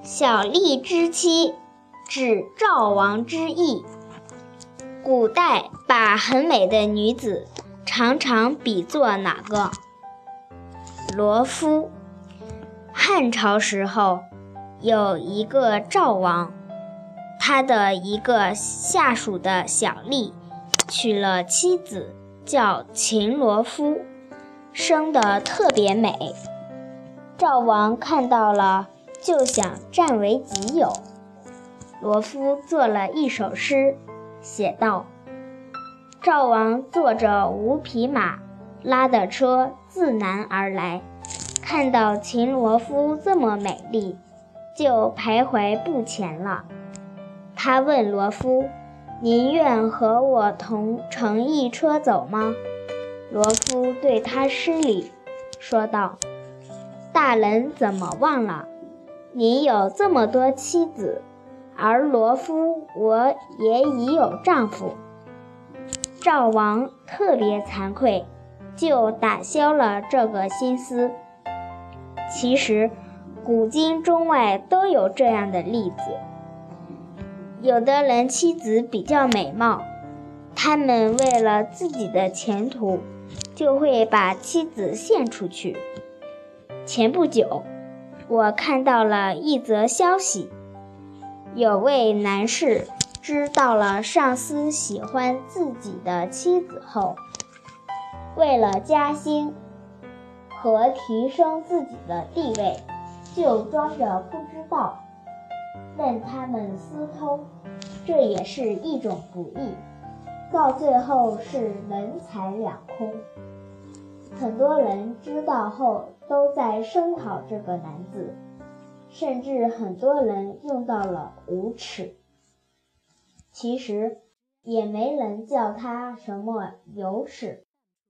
小丽之妻，指赵王之意。古代把很美的女子常常比作哪个？罗敷。汉朝时候有一个赵王，他的一个下属的小丽娶了妻子，叫秦罗敷，生得特别美。赵王看到了，就想占为己有。罗敷做了一首诗，写道：赵王坐着5匹马，拉的车自南而来，看到秦罗敷这么美丽，就徘徊不前了。他问罗敷：您愿和我同乘一车走吗？罗敷对他施礼，说道：大人怎么忘了，你有这么多妻子，而罗敷我也已有丈夫。赵王特别惭愧，就打消了这个心思。其实古今中外都有这样的例子，有的人妻子比较美貌，他们为了自己的前途，就会把妻子献出去。前不久，我看到了一则消息，有位男士知道了上司喜欢自己的妻子后，为了加薪和提升自己的地位，就装着不知道，任他们私偷，这也是一种不义，到最后是人财两空。很多人知道后都在声讨这个男子，甚至很多人用到了无耻。其实也没人叫他什么有耻，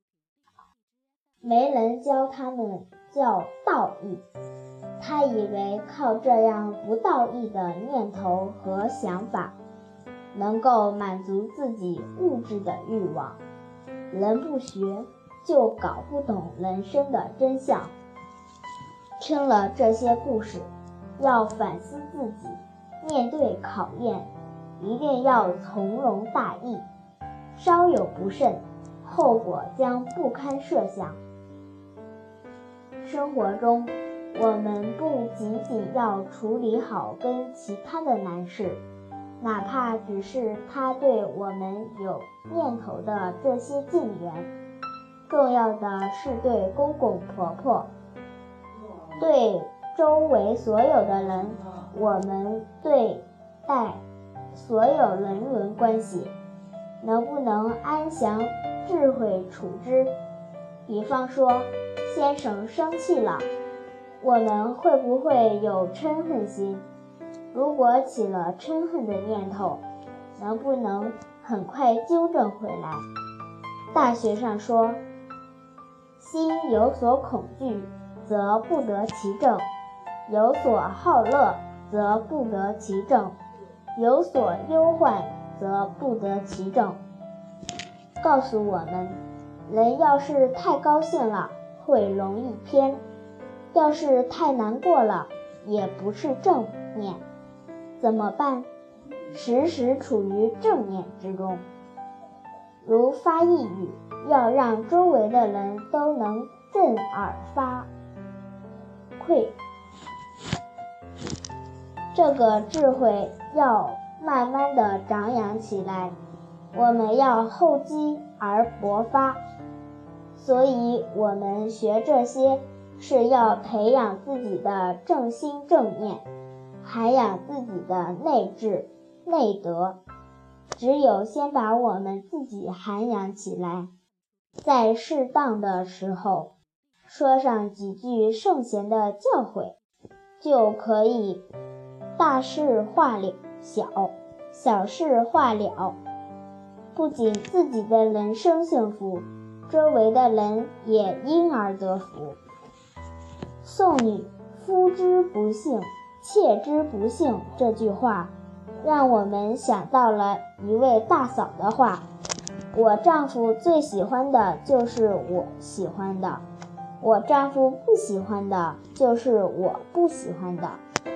没人教他们叫道义。他以为靠这样不道义的念头和想法，能够满足自己物质的欲望。人不学，就搞不懂人生的真相。听了这些故事，要反思自己，面对考验，一定要从容大义，稍有不慎，后果将不堪设想。生活中，我们不仅仅要处理好跟其他的难事，哪怕只是他对我们有念头的这些近缘，重要的是对公公婆婆，对周围所有的人，我们对待所有人伦关系，能不能安详智慧处之？比方说，先生生气了，我们会不会有嗔恨心？如果起了嗔恨的念头，能不能很快纠正回来？大学上说，心有所恐惧，则不得其正；有所好乐，则不得其正；有所忧患，则不得其正。告诉我们，人要是太高兴了，会容易偏；要是太难过了，也不是正念。怎么办？时时处于正念之中。如发一语，要让周围的人都能振耳发聩。这个智慧要慢慢地长养起来，我们要厚积而薄发。所以我们学这些是要培养自己的正心正念，涵养自己的内智内德。只有先把我们自己涵养起来，在适当的时候说上几句圣贤的教诲，就可以大事化小，小事化了。不仅自己的人生幸福，周围的人也因而得福。宋女夫之不幸，妾之不幸这句话，让我们想到了一位大嫂的话：我丈夫最喜欢的就是我喜欢的，我丈夫不喜欢的就是我不喜欢的。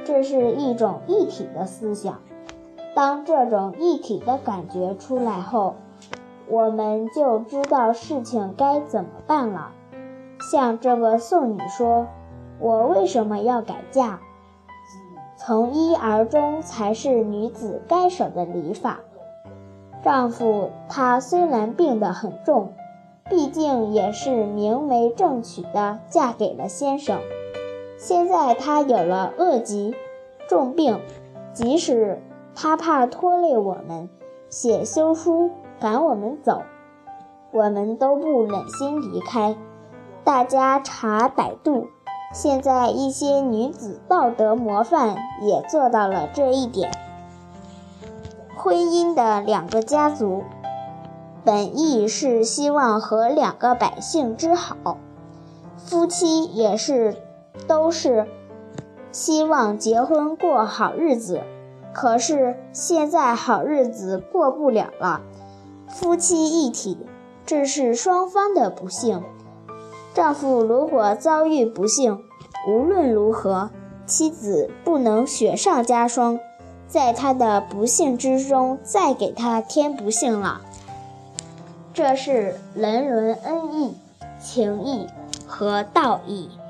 这是一种一体的思想。当这种一体的感觉出来后，我们就知道事情该怎么办了。像这个宋女说，我为什么要改嫁？从一而终才是女子该守的礼法。丈夫他虽然病得很重，毕竟也是明媒正娶的嫁给了先生。现在他有了恶疾、重病，即使他怕拖累我们，写休书赶我们走，我们都不忍心离开。大家查百度，现在一些女子道德模范也做到了这一点。婚姻的两个家族，本意是希望和两个百姓之好，夫妻也都是希望结婚过好日子。可是现在好日子过不了了，夫妻一体，这是双方的不幸。丈夫如果遭遇不幸，无论如何，妻子不能雪上加霜，在他的不幸之中再给他添不幸了。这是人伦恩义、情义和道义。